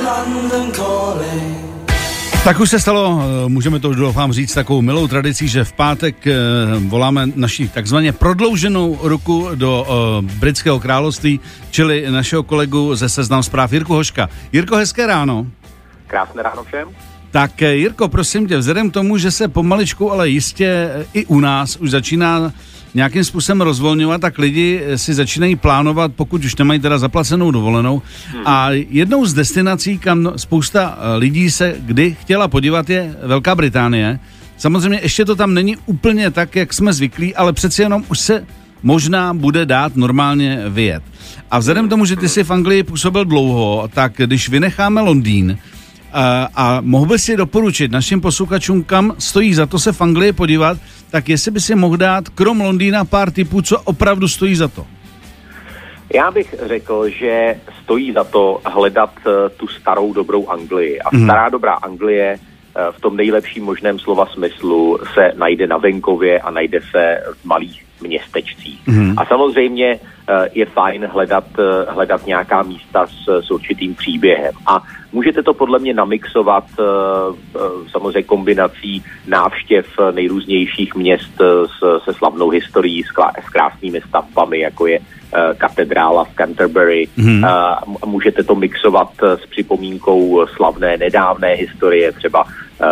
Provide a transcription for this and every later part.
Tak už se stalo, můžeme to doufám říct, takovou milou tradicí, že v pátek voláme naši takzvaně prodlouženou ruku do britského království, čili našeho kolegu ze Seznam Zpráv Jirku Hoška. Jirko, hezké ráno. Krásné ráno všem. Tak Jirko, prosím tě, vzhledem k tomu, že se pomaličku, ale jistě i u nás už začíná nějakým způsobem rozvolňovat, tak lidi si začínají plánovat, pokud už nemají teda zaplacenou dovolenou. A jednou z destinací, kam spousta lidí se kdy chtěla podívat, je Velká Británie. Samozřejmě ještě to tam není úplně tak, jak jsme zvyklí, ale přeci jenom už se možná bude dát normálně vyjet. A vzhledem k tomu, že ty jsi v Anglii působil dlouho, tak když vynecháme Londýn, a mohl by si doporučit našim posluchačům, kam stojí za to se v Anglii podívat, tak jestli by si mohl dát krom Londýna pár tipů, co opravdu stojí za to. Já bych řekl, že stojí za to hledat tu starou dobrou Anglii. A stará dobrá Anglie v tom nejlepším možném slova smyslu se najde na venkově a najde se v malých městečcích. A samozřejmě je fajn hledat nějaká místa s určitým příběhem. A můžete to podle mě namixovat samozřejmě kombinací návštěv nejrůznějších měst se slavnou historií, s krásnými stavbami, jako je katedrála v Canterbury. Můžete to mixovat s připomínkou slavné nedávné historie, třeba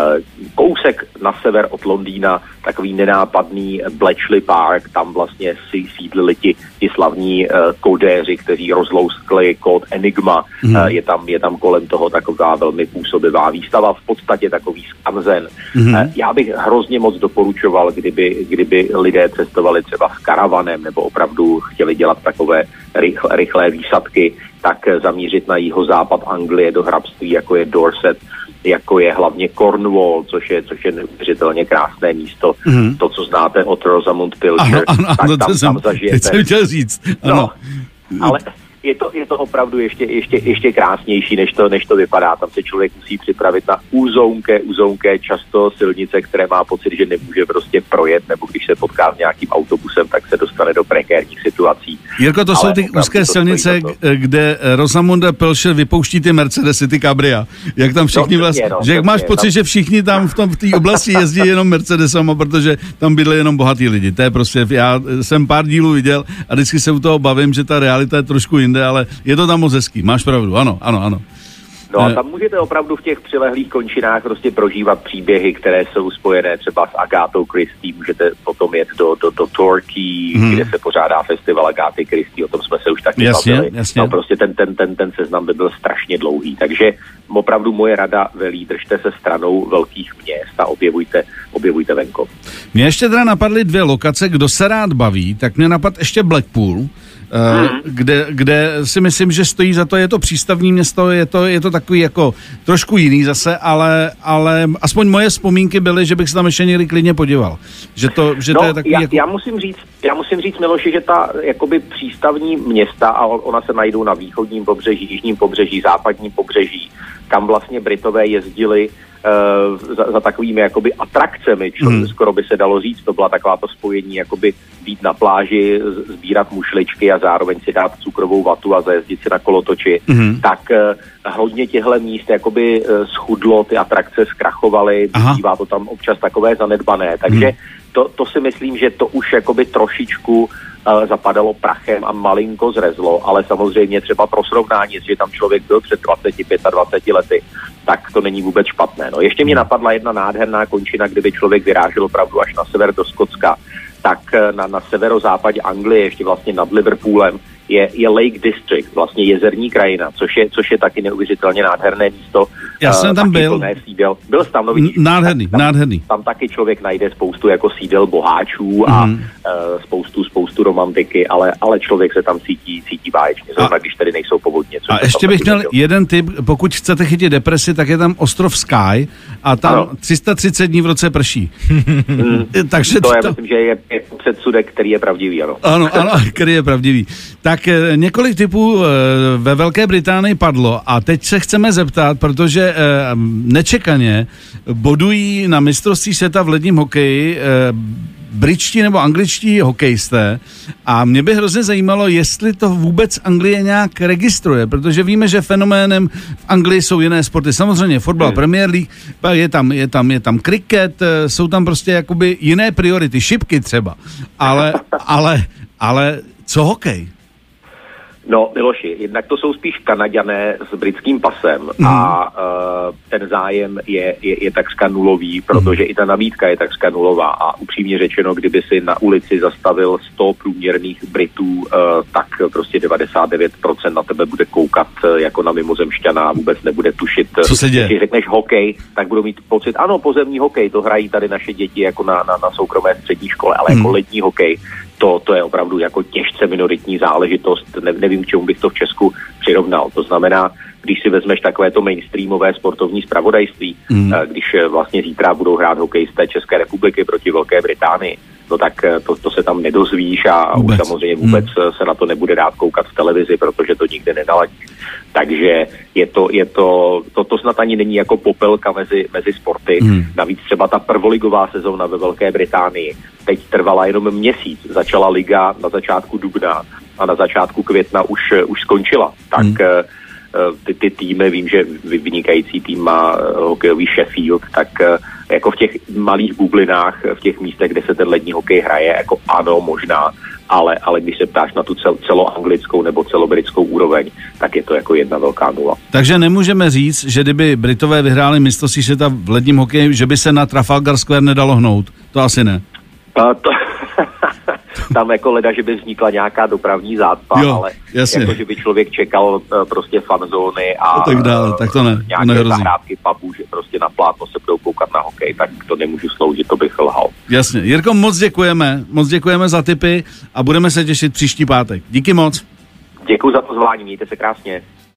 kousek na sever od Londýna, takový nenápadný Bletchley Park, tam vlastně si sídlili ti slavní kodéři, kteří rozlouskli kód Enigma. Je tam kolem toho taková velmi působivá výstava, v podstatě takový skanzen. Já bych hrozně moc doporučoval, kdyby lidé cestovali třeba s karavanem nebo opravdu chtěli dělat takové rychlé výsadky, tak zamířit na jihozápad Anglie do hrabství, jako je Dorset, jako je hlavně Cornwall, což je neuvěřitelně krásné místo. To, co znáte od Rosamund Pilcher, tak tam zažijete. Teď jsem chtěl říct. Ano. No, ale je to opravdu ještě krásnější, než to vypadá. Tam se člověk musí připravit na úzonké často silnice, které má pocit, že nemůže prostě projet, nebo když se potká s nějakým autobusem, tak se dostane do prekérních situací. Jirko, to jsou ty úzké silnice, kde Rosamunda Pilcher vypouští ty Mercedesy, ty Cabria. Jak tam všichni že jak máš pocit, že všichni tam v té oblasti jezdí jenom Mercedesama, protože tam bydlí jenom bohatý lidi. To je prostě, já jsem pár dílů viděl a vždycky se u toho bavím, že ta realita je trošku jinde, ale je to tam moc hezký. Máš pravdu, ano. No a tam můžete opravdu v těch přilehlých končinách prostě prožívat příběhy, které jsou spojené třeba s Agathou Christie. Můžete potom jet do Torquay, kde se pořádá festival Agathy Christie, o tom jsme se už taky bavili. Jasně. No prostě ten seznam by byl strašně dlouhý, takže opravdu moje rada velí, držte se stranou velkých měst a objevujte venkov. Mě ještě teda napadly dvě lokace, kdo se rád baví, tak mě napadl ještě Blackpool, kde si myslím, že stojí za to, je to přístavní město, je to takový jako trošku jiný zase, ale aspoň moje vzpomínky byly, že bych se tam ještě někdy klidně podíval. Že to je takový já musím říct, Miloši, že ta jakoby přístavní města, a ona se najdou na východním pobřeží, jižním pobřeží, západním pobřeží, kam vlastně Britové jezdili za takovými jakoby atrakcemi, skoro by se dalo říct, to byla taková to spojení, jakoby být na pláži, sbírat mušličky a zároveň si dát cukrovou vatu a zajezdit si na kolotoči, tak hodně těchto míst jakoby schudlo, ty atrakce zkrachovaly, bývá to tam občas takové zanedbané, takže to si myslím, že to už jakoby trošičku zapadalo prachem a malinko zrezlo, ale samozřejmě třeba pro srovnání, že tam člověk byl před 25 lety, tak to není vůbec špatné. No, ještě mě napadla jedna nádherná končina, kdyby člověk vyrážel opravdu až na sever do Skotska, tak na severozápadě Anglie, ještě vlastně nad Liverpoolem, je Lake District, vlastně jezerní krajina, což je taky neuvěřitelně nádherné místo. Já jsem tam byl. Byl jsi tam, no vidíš. Nádherný. Tam taky člověk najde spoustu jako sídel boháčů a spoustu romantiky, ale člověk se tam cítí báječně, zrovna když tady nejsou povodně. A ještě bych měl jeden tip, pokud chcete chytit depresi, tak je tam ostrov Skye a tam 330 dní v roce prší. Takže myslím, že je předsudek, který je pravdivý, ano. Ano, který je pravdivý. Tak několik typů ve Velké Británii padlo a teď se chceme zeptat, protože nečekaně bodují na mistrovství světa v ledním hokeji britští nebo angličtí hokejisté a mě by hrozně zajímalo, jestli to vůbec Anglie nějak registruje, protože víme, že fenoménem v Anglii jsou jiné sporty, samozřejmě fotbal, Premier League, je tam kriket, jsou tam prostě jakoby jiné priority, šipky třeba, ale co hokej? No, Miloši, jednak to jsou spíš Kanaďané s britským pasem a ten zájem je takřka nulový, protože i ta nabídka je takřka nulová a upřímně řečeno, kdyby si na ulici zastavil 100 průměrných Britů, tak prostě 99% na tebe bude koukat jako na mimozemšťana a vůbec nebude tušit. Co se děje? Když řekneš hokej, tak budou mít pocit, ano, pozemní hokej, to hrají tady naše děti jako na soukromé střední škole, ale jako lední hokej, to je opravdu jako těžce minoritní záležitost, nevím, k čemu bych to v Česku přirovnal. To znamená, když si vezmeš takovéto mainstreamové sportovní zpravodajství, když vlastně zítra budou hrát hokejisté České republiky proti Velké Británii, no tak to se tam nedozvíš a už samozřejmě vůbec se na to nebude dát koukat v televizi, protože to nikdy nenaladí. Takže to snad ani není jako popelka mezi sporty. Navíc třeba ta prvoligová sezóna ve Velké Británii teď trvala jenom měsíc. Začala liga na začátku dubna a na začátku května už skončila. Tak ty týmy, vím, že vynikající tým má hokejový Sheffield, tak jako v těch malých bublinách, v těch místech, kde se ten lední hokej hraje, jako ano, možná, ale když se ptáš na tu celoanglickou nebo celobritskou úroveň, tak je to jako jedna velká nula. Takže nemůžeme říct, že kdyby Britové vyhráli mistrovství světa v ledním hokeji, že by se na Trafalgar Square nedalo hnout. To asi ne. Tam jako leda, že by vznikla nějaká dopravní zácpa, ale jako, že by člověk čekal prostě fanzóny a tak dále, tak to ne, nějaké zahrádky pubů, že prostě na plátno se budou koukat na hokej, tak to nemůžu sloužit, to bych lhal. Jasně. Jirko, moc děkujeme za tipy a budeme se těšit příští pátek. Díky moc. Děkuji za pozvání, mějte se krásně.